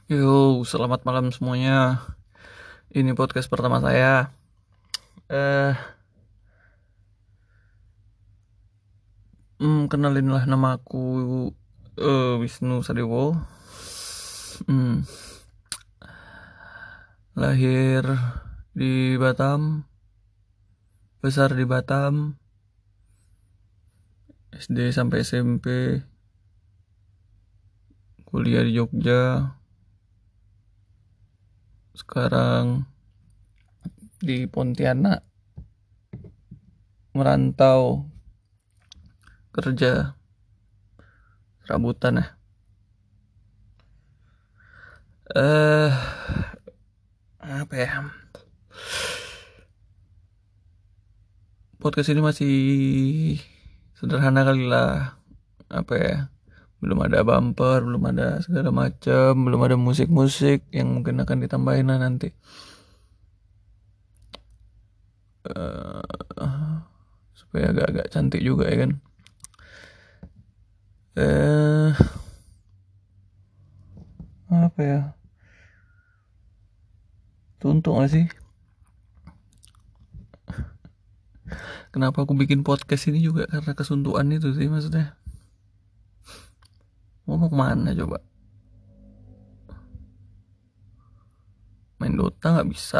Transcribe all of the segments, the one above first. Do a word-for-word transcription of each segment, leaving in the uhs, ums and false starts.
Yo, selamat malam semuanya. Ini podcast pertama saya. Eh, hmm, Kenalin lah, nama aku eh, Wisnu Sadewo. Hmm, Lahir di Batam, besar di Batam, S D sampai S M P, kuliah di Jogja. Sekarang di Pontianak, merantau kerja serabutan ya. Eh, Apa ya? Podcast ini masih sederhana kali lah. Apa ya? Belum ada bumper, belum ada segala macam, belum ada musik-musik yang mungkin akan ditambahin lah nanti. Eh, Supaya agak-agak cantik juga ya kan. Eh, Apa ya? Tuntung gak sih? Kenapa aku bikin podcast ini juga karena kesuntuan itu sih maksudnya. Mau mau kemana coba? Main Dota nggak bisa,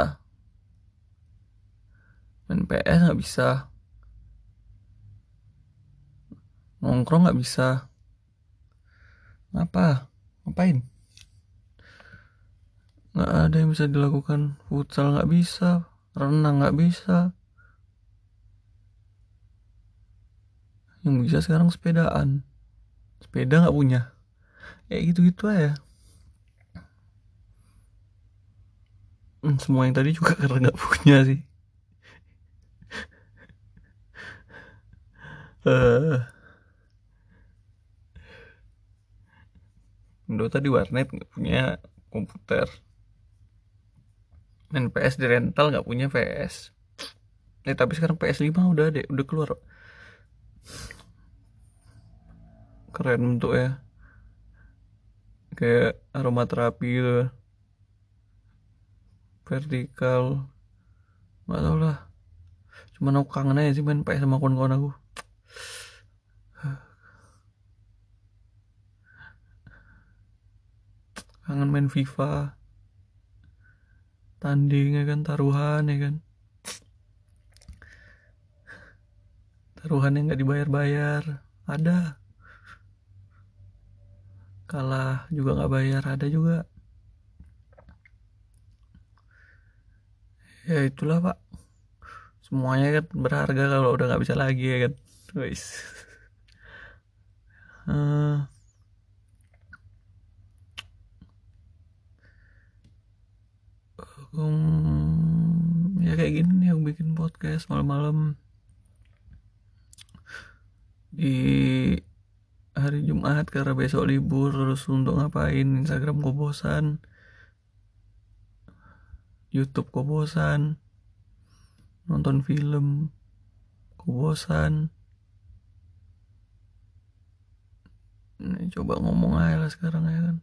main P S nggak bisa, nongkrong nggak bisa. Apa? Ngapain? Nggak ada yang bisa dilakukan. Futsal nggak bisa, renang nggak bisa. Yang bisa sekarang sepedaan. Sepeda nggak punya. Kayak gitu-gitu aja. Hmm, semua yang tadi juga karena nggak punya sih. Eh, Dota di warnet nggak punya komputer. Main P S di rental nggak punya P S. Eh tapi sekarang P S lima udah deh, udah keluar. Keren bentuknya. Kayak aromaterapi gitu. Vertikal. Nggak tau lah. Cuman aku kangen aja sih main P S sama kawan-kawan aku. Kangen main FIFA. Tanding ya kan, taruhan ya kan. Taruhan yang nggak dibayar-bayar. Ada. Kalah juga nggak bayar. Ada juga. Ya itulah pak. Semuanya kan berharga kalau udah nggak bisa lagi ya kan. Guys. Eh, um, ya kayak gini nih aku bikin podcast malam-malam di hari Jumat karena besok libur, terus untuk ngapain, Instagram kok bosan, YouTube kok bosan, nonton film kok bosan. Nih, coba ngomong aja lah sekarang ya kan.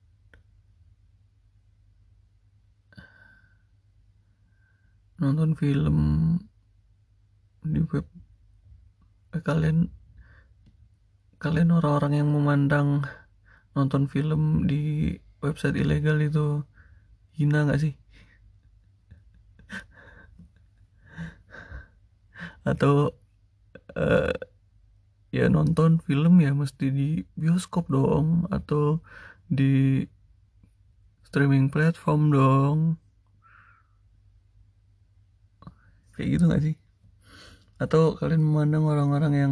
Nonton film di web. Eh, kalian kalian orang-orang yang memandang nonton film di website ilegal itu hina nggak sih? Atau eh, ya nonton film ya mesti di bioskop dong, atau di streaming platform dong, kayak gitu nggak sih? Atau kalian memandang orang-orang yang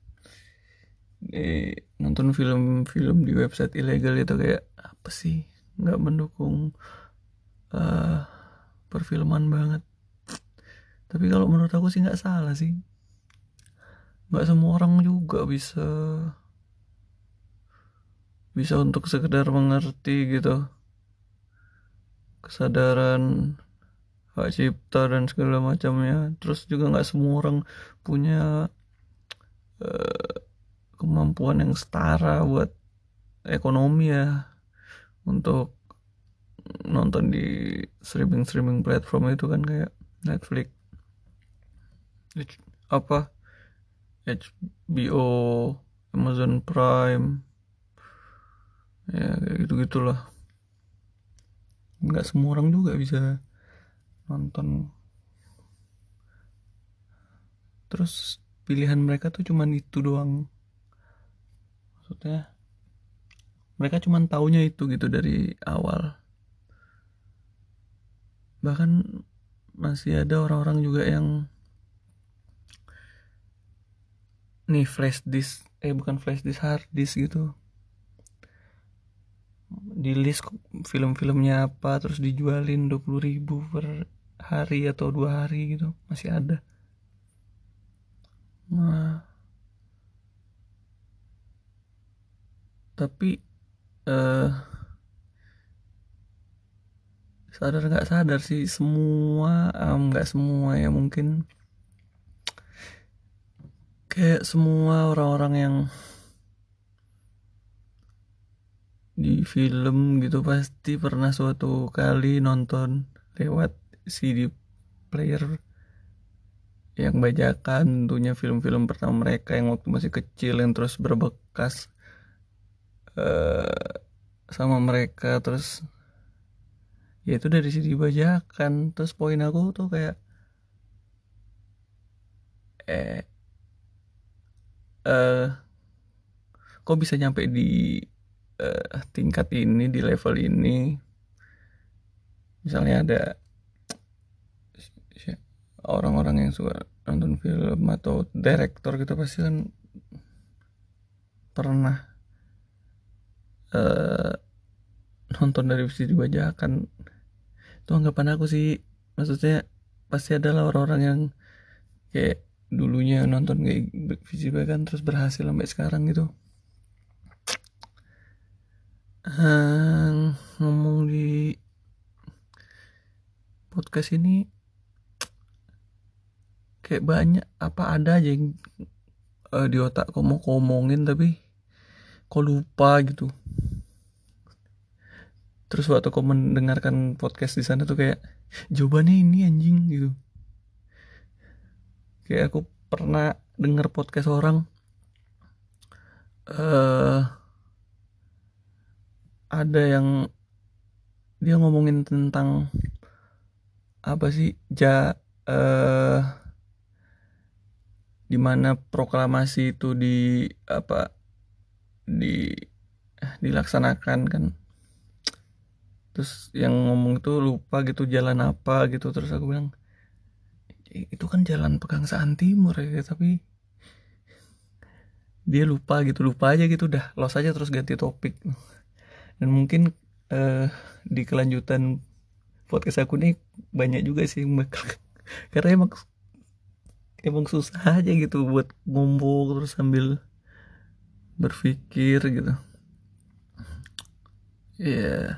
eh, nonton film-film di website ilegal itu kayak apa sih, nggak mendukung eh, perfilman banget? Tapi kalau menurut aku sih nggak salah sih. Nggak semua orang juga bisa bisa untuk sekedar mengerti gitu kesadaran hak cipta dan segala macamnya. Terus juga nggak semua orang punya eh, kemampuan yang setara buat ekonomi ya, untuk nonton di streaming streaming platform itu kan, kayak Netflix, H- apa H B O, Amazon Prime, ya kayak gitu gitulah. Nggak semua orang juga bisa nonton, terus pilihan mereka tuh cuman itu doang, maksudnya mereka cuman taunya itu gitu dari awal. Bahkan masih ada orang-orang juga yang nih flash disk, eh bukan flash disk, hard disk gitu, di list film-filmnya apa, terus dijualin dua puluh ribu per hari atau dua hari gitu, masih ada. Nah, tapi eh sadar nggak sadar sih, semua em, nggak semua ya, mungkin kayak semua orang-orang yang di film gitu pasti pernah suatu kali nonton lewat C D player yang bajakan, tentunya film-film pertama mereka yang waktu masih kecil, yang terus berbekas eh sama mereka, terus ya itu dari C D bajakan. Terus poin aku tuh kayak eh eh kok bisa nyampe di eh, tingkat ini, di level ini. Misalnya ada orang-orang yang suka nonton film atau direktor gitu, pasti kan pernah eh, nonton dari C D bajakan. Itu anggapan aku sih, maksudnya pasti adalah orang-orang yang kayak dulunya nonton kayak visi bajakan terus berhasil sampai sekarang gitu. Hmm, ngomong di podcast ini kayak banyak apa ada aja yang eh, di otak kok mau ngomongin tapi kok lupa gitu. Terus waktu kau mendengarkan podcast di sana tuh kayak jawabannya ini anjing gitu. Kayak aku pernah denger podcast orang eh ada yang dia ngomongin tentang apa sih, ja eh di mana proklamasi itu di apa di dilaksanakan kan. Terus yang ngomong itu lupa gitu jalan apa gitu, terus aku bilang itu kan jalan Pegangsaan Timur ya, tapi dia lupa gitu, lupa aja gitu, udah los aja terus ganti topik. Dan mungkin eh, di kelanjutan podcast aku nih banyak juga sih yang bakal karena emang emang susah aja gitu buat ngomong terus sambil berpikir gitu. Ya yeah.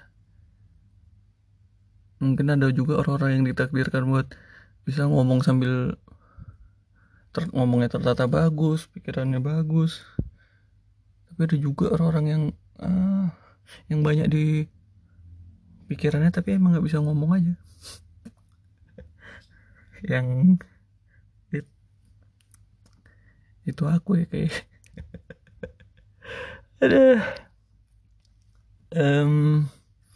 Mungkin ada juga orang-orang yang ditakdirkan buat bisa ngomong sambil ter- ngomongnya tertata bagus, pikirannya bagus. Tapi ada juga orang-orang yang ah, yang banyak di pikirannya tapi emang nggak bisa ngomong aja. Yang it- itu aku ya kayak ada um,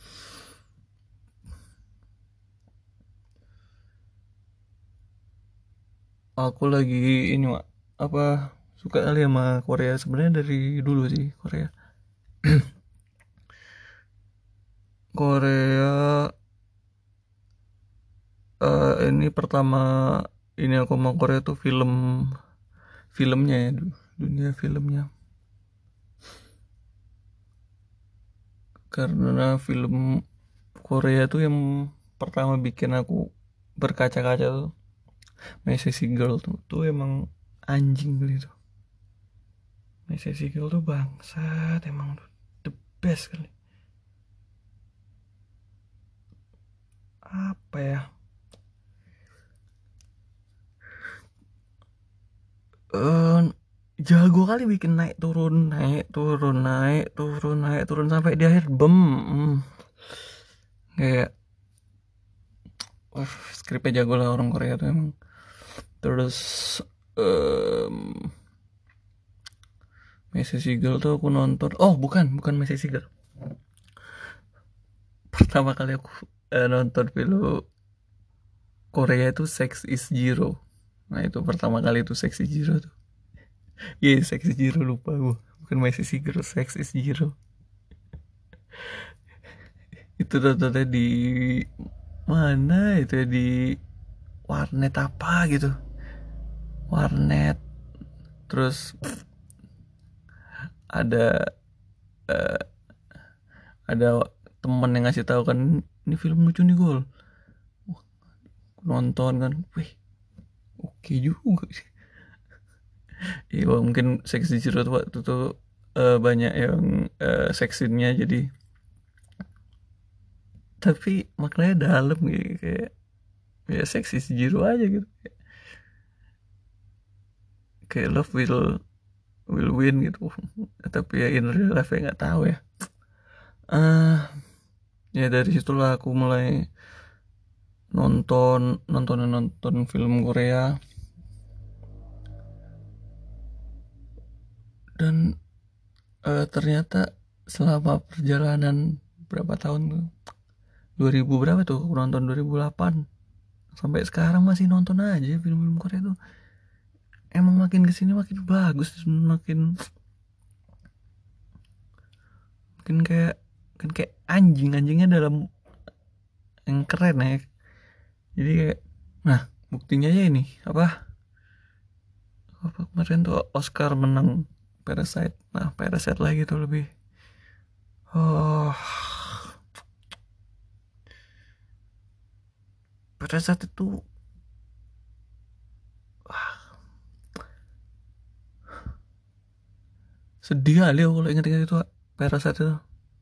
aku lagi ini Wak, apa suka kali sama Korea sebenarnya dari dulu sih. Korea Korea eh, ini pertama ini aku mau Korea tuh film filmnya ya, dunia filmnya, karena film Korea tuh yang pertama bikin aku berkaca-kaca tuh My Sexy Girl tuh, tuh emang anjing gitu. My Sexy Girl tuh bangsat, emang tuh the best kali. Apa ya, eh jago kali bikin naik turun naik turun naik turun naik turun sampai di akhir bem. Hmm. kayak uh, skripnya jago lah orang Korea tuh emang. Terus um, Messi Sigel tuh aku nonton, oh bukan bukan Messi Sigel, pertama kali aku uh, nonton film Korea itu Sex is Zero. Nah itu pertama kali itu Sex is Zero tuh. Iya yeah, Sex is Zero, lupa gue, bukan Messi Sigel, Sex is Zero. Itu nontonnya di mana itu ya, di warnet apa gitu, warnet. Terus ada uh, ada temen yang ngasih tahu kan, ini film lucu nih Gol. Wah, nonton kan, wih oke okay juga sih. Iya mungkin seksi Zero tuh waktu tuh uh, banyak yang uh, seksinya, jadi tapi maknanya dalam gitu, kayak ya seksi Zero aja gitu, kayak love will will win gitu. Tapi ya in real life nggak tahu ya. Ah uh, ya dari situlah aku mulai nonton nonton nonton film Korea. Dan uh, ternyata selama perjalanan berapa tahun tuh, dua ribu berapa tuh aku nonton, dua ribu delapan sampai sekarang masih nonton aja film-film Korea tuh. Emang makin kesini makin bagus, makin makin kayak kan kayak anjing anjingnya dalam yang keren ya. Jadi kayak, nah buktinya aja ini apa apa kemarin tuh Oscar menang Parasite. Nah Parasite lagi tuh lebih, oh Parasite itu ah, sedih kali kalau inget-inget itu Parasite itu.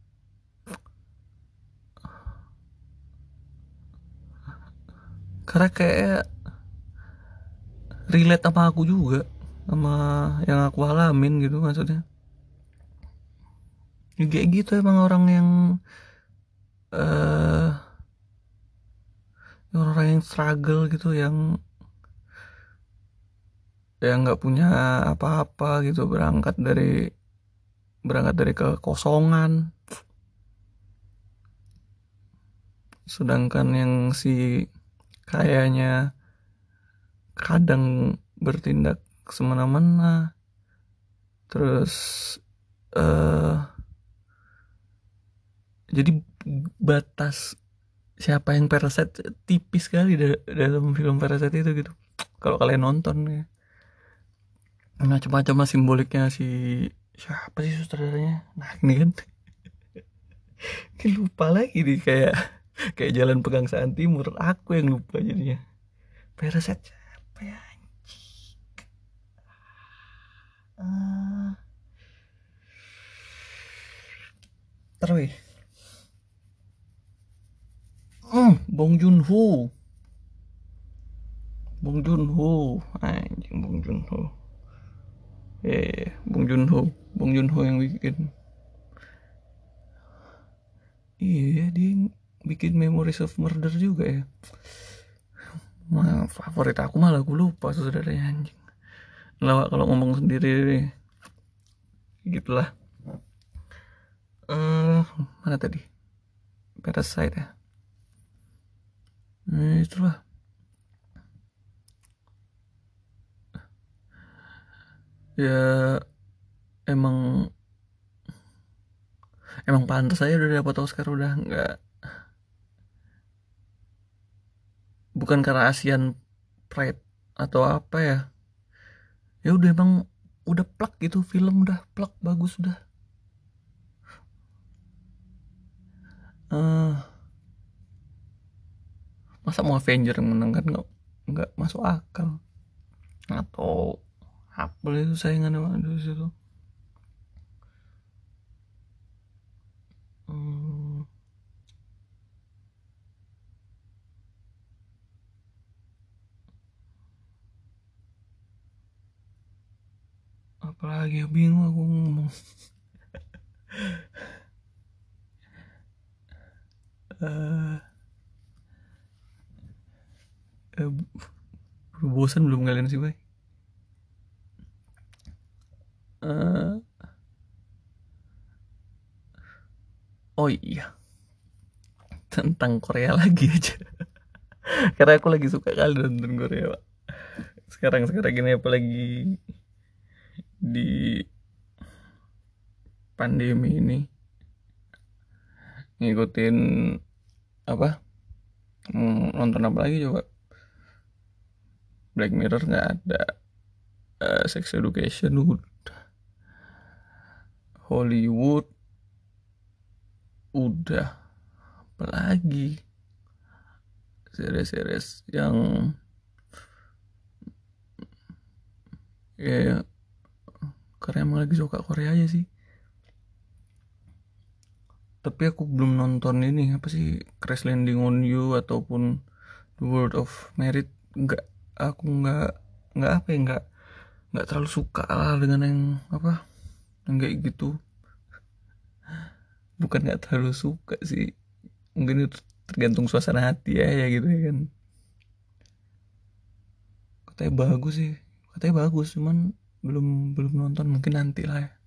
Karena kayak relate sama aku juga, sama yang aku alamin gitu maksudnya. Ya, kayak gitu emang orang yang eh uh, orang yang struggle gitu, yang yang nggak punya apa-apa gitu, berangkat dari berangkat dari kekosongan. Sedangkan yang si kayaknya kadang bertindak semena-mena. Terus eh uh, jadi batas siapa yang Parasite tipis sekali dalam film Parasite itu gitu. Kalau kalian nonton ya, macam-macam lah simboliknya si siapa sih sutradaranya. Nah ini kan lupa lagi nih, kayak kayak Jalan Pegangsaan Timur, aku yang lupa jadinya. Parasite siapa ya? Uh, terus hmm, Bong Joon Ho. Bong Joon Ho anjing, Bong Joon Ho. Eh, Bong Joon Ho, Bong Joon Ho yang bikin. Iya, dia bikin Memories of Murder juga ya. Nah, favorit aku malah aku lupa saudaranya anjing. Lah kalau ngomong sendiri gitulah. Eh, uh, mana tadi? Parasite ya. Nah, itulah. Ya emang emang pantas saya udah dapat Oscar, udah nggak, bukan karena Asian Pride atau apa ya. Ya udah emang udah plak gitu, film udah plak bagus udah. Eh uh, masa mau Avenger yang menang kan, nggak nggak masuk akal. Atau apa itu saingan sama di situ. Hmm, apalagi ya, bingung aku ngomong. uh, uh, bosan belum kalian sih, Bay? Uh, oh iya, tentang Korea lagi aja. Karena aku lagi suka kali nonton Korea, Pak. Sekarang sekarang ini apalagi di pandemi ini ngikutin apa? Hmm, nonton apa lagi coba? Black Mirror nggak ada, uh, Sex Education udah, Hollywood udah, apalagi series-series yang ya karena emang lagi suka Korea aja sih. Tapi aku belum nonton ini apa sih, Crash Landing on You ataupun The World of Merit. Nggak, aku nggak nggak apa ya, nggak nggak terlalu suka lah dengan yang apa, yang kayak gitu. Bukan nggak terlalu suka sih, mungkin itu tergantung suasana hati ya, ya gitu ya kan. Katanya bagus sih, katanya bagus, cuman belum belum nonton, mungkin nanti lah ya.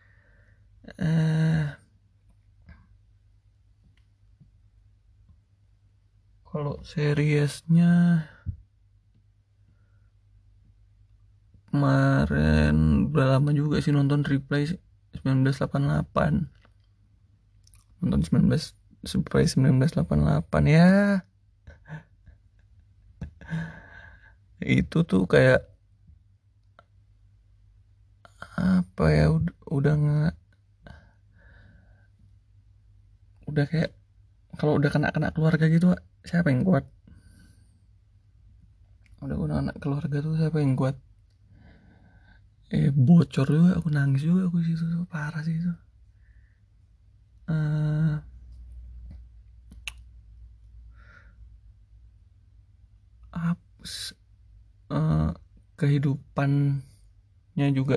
eh Kalau seriesnya kemarin udah lama juga sih nonton Reply seribu sembilan ratus delapan puluh delapan. Nonton seribu sembilan belas Reply seribu sembilan ratus delapan puluh delapan ya. Itu tuh kayak apa ya, udah udah nggak, udah kayak kalau udah kena-kena keluarga gitu, siapa yang kuat? Udah kena anak keluarga tuh siapa yang kuat? Eh bocor juga, aku nangis juga aku situ tuh, parah sih itu. Eh apa eh, kehidupannya juga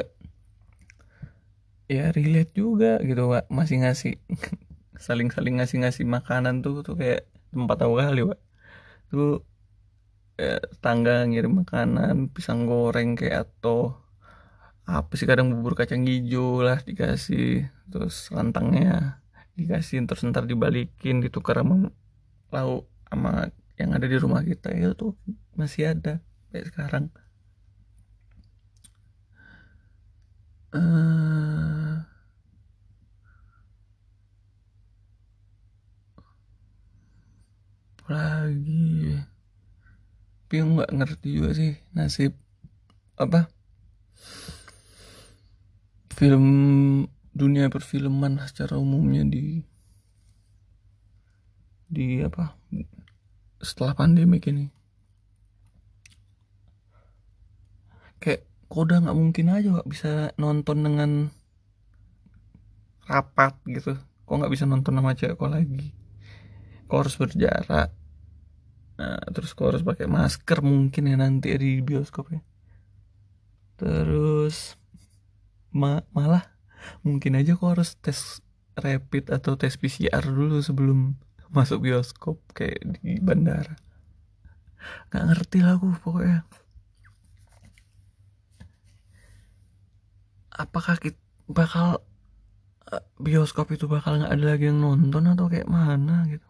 ya relate juga gitu, Pak. Masih ngasih saling-saling ngasih-ngasih makanan tuh tuh kayak tempat tahu kali, Pak. Tuh eh, tangga ngirim makanan, pisang goreng kayak atau apa sih, kadang bubur kacang hijau lah dikasih, terus rantangnya dikasih, terus ntar dibalikin ditukar sama lauk sama yang ada di rumah kita, itu tuh masih ada kayak sekarang. eh Lagi tapi aku nggak ngerti juga sih nasib apa film, dunia perfilman secara umumnya di di apa setelah pandemi ini. Kayak kok udah nggak mungkin aja Wak bisa nonton dengan rapat gitu, kok nggak bisa nonton sama cewek kok lagi, kok harus berjarak. Nah, terus kok harus pakai masker mungkin ya nanti di bioskop ya. Terus ma- malah mungkin aja kok harus tes rapid atau tes P C R dulu sebelum masuk bioskop kayak di bandara. Nggak ngerti lah aku pokoknya. Apakah kita bakal eh, bioskop itu bakal nggak ada lagi yang nonton atau kayak mana gitu.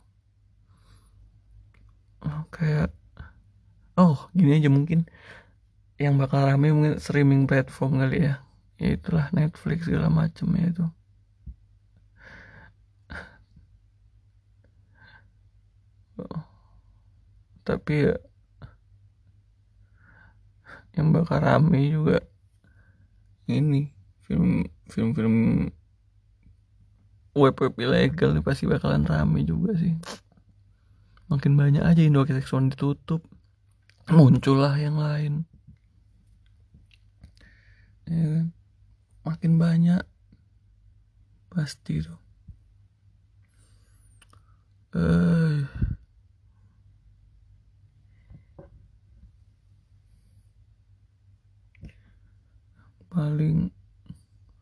Oh, kayak oh gini aja mungkin yang bakal rame mungkin streaming platform kali ya. Ya itulah Netflix segala macem ya itu. Oh, tapi ya yang bakal rame juga ini film film-film web-web ilegal pasti bakalan rame juga sih. Makin banyak aja Indo One ditutup, muncullah yang lain ya kan? Makin banyak pasti tuh. eh paling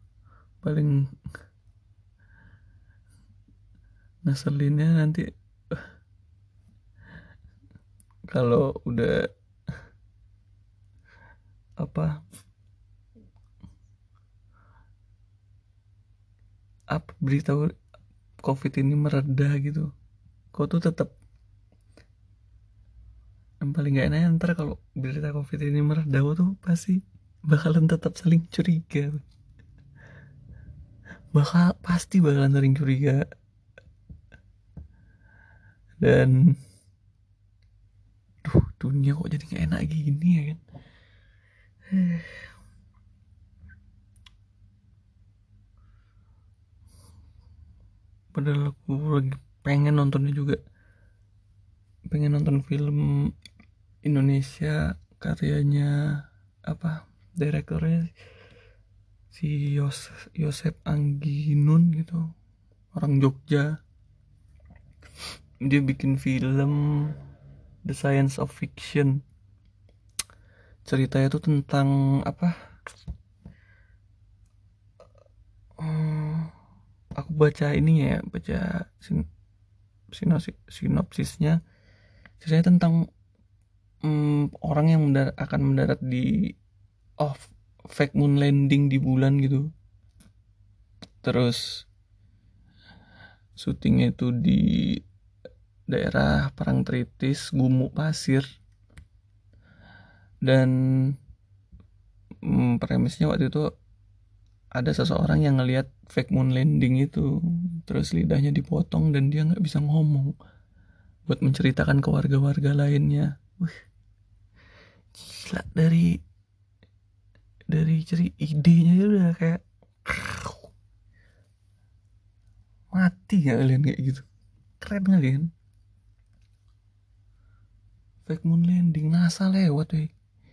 paling ngeselinnya nanti kalau udah apa apa berita COVID ini mereda gitu, kau tuh tetap, yang paling gak enak ntar kalau berita COVID ini mereda, kau tuh pasti bakalan tetap saling curiga, bakal pasti bakalan saling curiga. Dan duh, dunia kok jadi gak enak gini ya kan. Padahal aku lagi pengen nontonnya juga, pengen nonton film Indonesia karyanya apa, direkturnya si Yos Yosep Angginun gitu, orang Jogja. Dia bikin film The Science of Fiction. Ceritanya tuh tentang apa? Hmm, aku baca ini ya, baca sin sinopsis sinopsisnya. Ceritanya tentang hmm, orang yang mendarat, akan mendarat di off fake moon landing di bulan gitu. Terus syutingnya itu di daerah Parangtritis, Gumuk Pasir. Dan hmm, premisnya waktu itu ada seseorang yang ngelihat fake moon landing itu, terus lidahnya dipotong dan dia nggak bisa ngomong buat menceritakan ke warga-warga lainnya. Wih, gila, dari dari ceri idenya aja udah kayak mati nggak kalian kayak gitu, keren nggak kan? Fake moon landing, NASA lewat weh.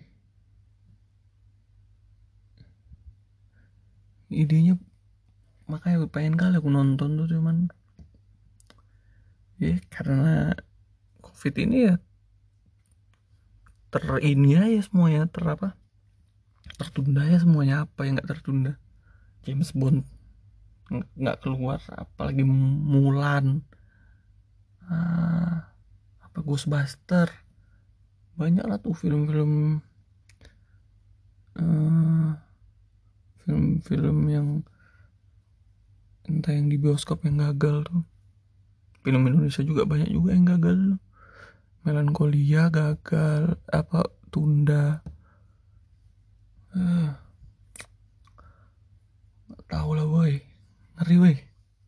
Idenya makanya pengen kali aku nonton tuh, cuman ya karena COVID ini ya ter ini aja semuanya, ter apa, tertunda ya semuanya. Apa yang nggak tertunda? James Bond nggak keluar, apalagi Mulan, ah, apa Ghostbuster, banyak lah tuh film-film, eh, film-film yang entah yang di bioskop yang gagal tuh. Film Indonesia juga banyak juga yang gagal. Melankolia gagal, apa, tunda. Eh, tahu lah boy, ngeri boy.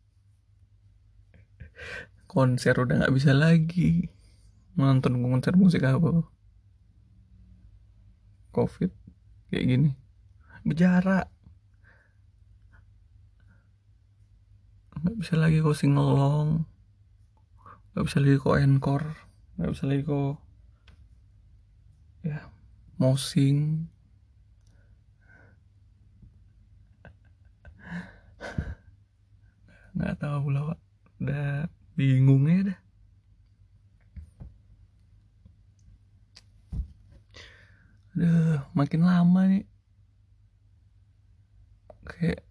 Konser udah nggak bisa lagi, nonton konser musik apa, COVID kayak gini, berjarak, nggak bisa lagi kok singelong, nggak bisa lagi kok encore, nggak bisa lagi kok ya mosing. Nggak tahu lah Pak, udah bingung ya dah. Aduh, makin lama nih kayak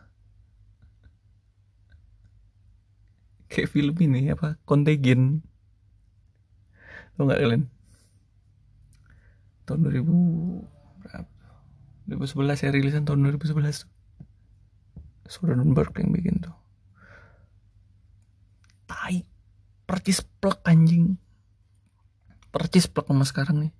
kayak film ini apa, Contagion, tau nggak kalian? Tahun dua ribu berapa, dua ribu sebelas ya, rilisan tahun dua ribu sebelas. Soderbergh yang bikin tuh. Tai, percis plek anjing, percis plek sama sekarang nih.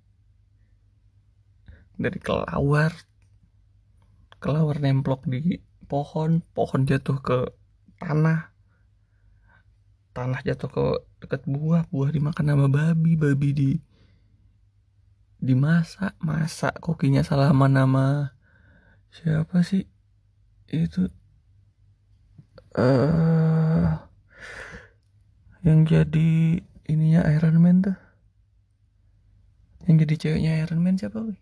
Dari kelawar, kelawar nemplok di pohon, pohon jatuh ke tanah, tanah jatuh ke dekat buah, buah dimakan sama babi, babi di dimasak, masak kokinya salaman nama siapa sih itu, eh uh, yang jadi ininya Iron Man tuh, yang jadi ceweknya Iron Man siapa wih?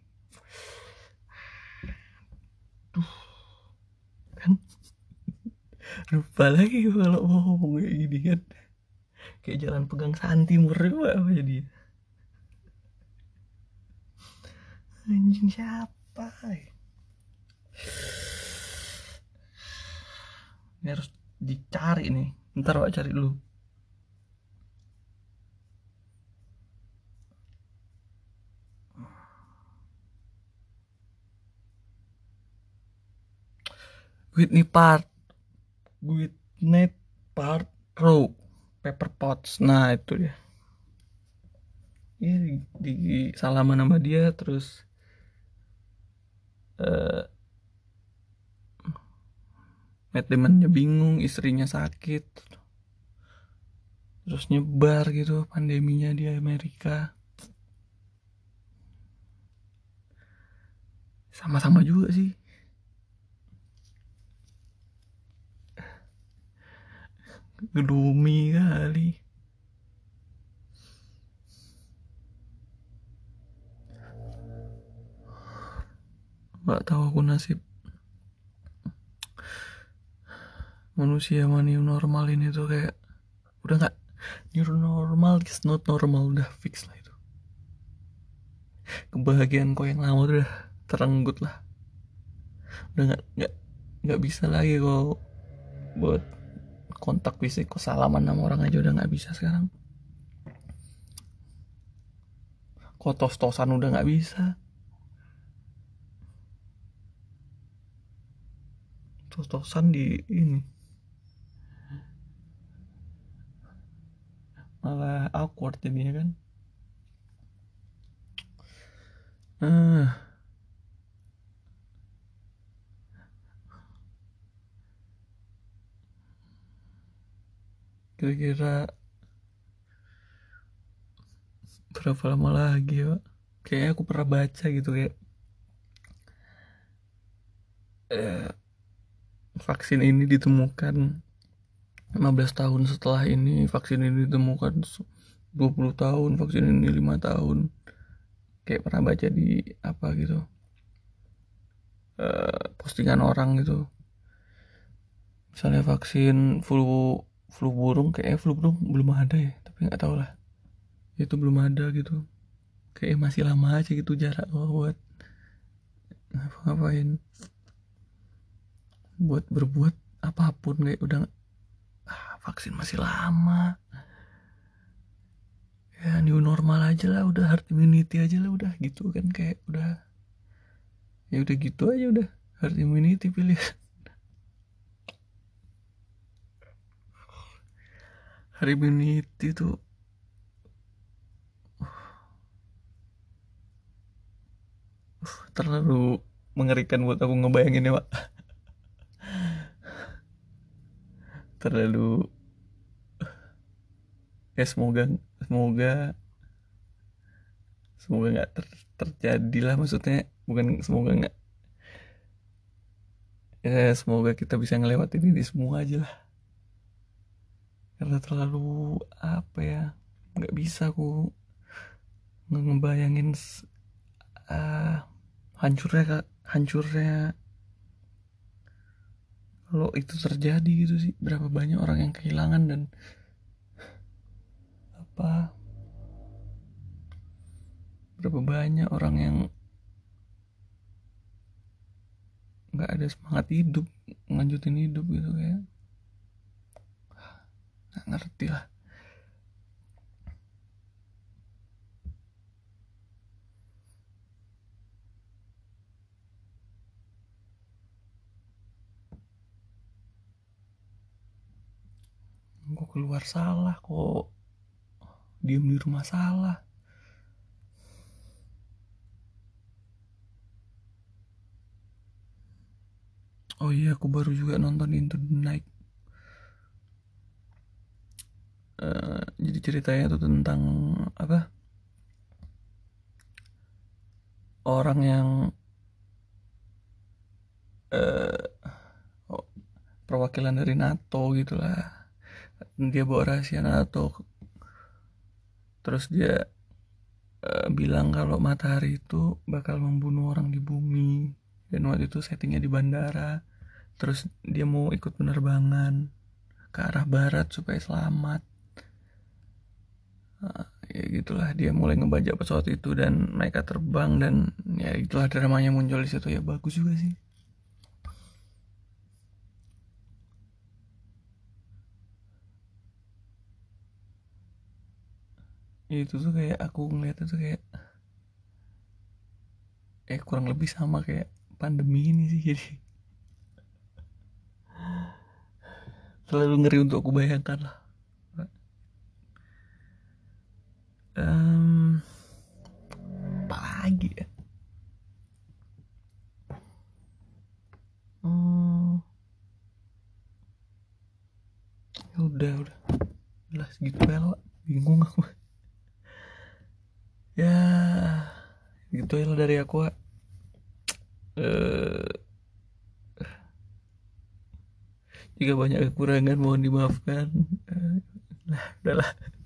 Duh, kan lupa lagi kalau mau ngomong kayak gini kan, kayak jalan pegang santi murni apa jadi anjing siapa ya? Ini harus dicari nih, ntar Wak cari dulu. Whitney Part Whitney Part Row Pepper Potts. Nah itu dia. Iya di, di salaman sama dia terus uh, Matt Damon-nya bingung, istrinya sakit, terus nyebar gitu pandeminya di Amerika. Sama-sama juga sih. Gedumi kali. Gak tahu aku nasib manusia sama new normal ini tuh kayak udah gak, new normal is not normal, udah fix lah itu. Kebahagiaan kau yang lama udah terenggut lah, udah gak, gak, gak bisa lagi kau buat kontak fisik, kau salaman sama orang aja udah gak bisa sekarang. Kau tos-tosan udah gak bisa, tos-tosan di ini malah awkward jadinya kan. eh Kira-kira berapa lama lagi ya Pak? Kayaknya aku pernah baca gitu kayak eh, vaksin ini ditemukan lima belas tahun setelah ini, vaksin ini ditemukan dua puluh tahun, vaksin ini lima tahun. Kayak pernah baca di apa gitu, eh, postingan orang gitu. Misalnya vaksin flu flu burung, kayaknya flu burung belum ada ya, tapi nggak tahu lah. Itu belum ada gitu. Kayak masih lama aja gitu jarak buat ngapain, buat berbuat apapun kayak udah ah, vaksin masih lama. Ya new normal aja lah, udah herd immunity aja lah udah gitu kan, kayak udah ya udah gitu aja, udah herd immunity pilih. Herd immunity tuh uh, terlalu mengerikan buat aku ngebayangin ya Pak. Terlalu, ya semoga semoga semoga nggak ter, terjadi lah, maksudnya bukan semoga nggak, ya semoga kita bisa ngelewatin ini semua aja lah, karena terlalu apa ya, nggak bisa aku ngebayangin uh, hancurnya kak, hancurnya kalau itu terjadi gitu sih. Berapa banyak orang yang kehilangan dan apa, berapa banyak orang yang nggak ada semangat hidup, ngelanjutin hidup gitu, kayak nggak ngerti lah. Kok keluar salah, kok diem di rumah salah. Oh iya, aku baru juga nonton Into the Night. Uh, jadi ceritanya tuh tentang apa, orang yang uh, oh, perwakilan dari NATO gitulah. Dia bawa rahasia NATO, terus dia uh, bilang kalau matahari itu bakal membunuh orang di bumi, dan waktu itu settingnya di bandara. Terus dia mau ikut penerbangan ke arah barat supaya selamat. Uh, ya gitulah, dia mulai ngebajak pesawat itu dan mereka terbang, dan ya itulah dramanya muncul di situ. Ya bagus juga sih. Itu tuh kayak aku ngeliat itu kayak eh kurang lebih sama kayak pandemi ini sih. Jadi terlalu ngeri untuk aku bayangkan lah. um, apa lagi ya? hmm, ya udah udah udah segitu ya lo, bingung aku. Ya gitu ya dari aku. eh jika banyak kekurangan mohon dimaafkan. Eh, nah udahlah.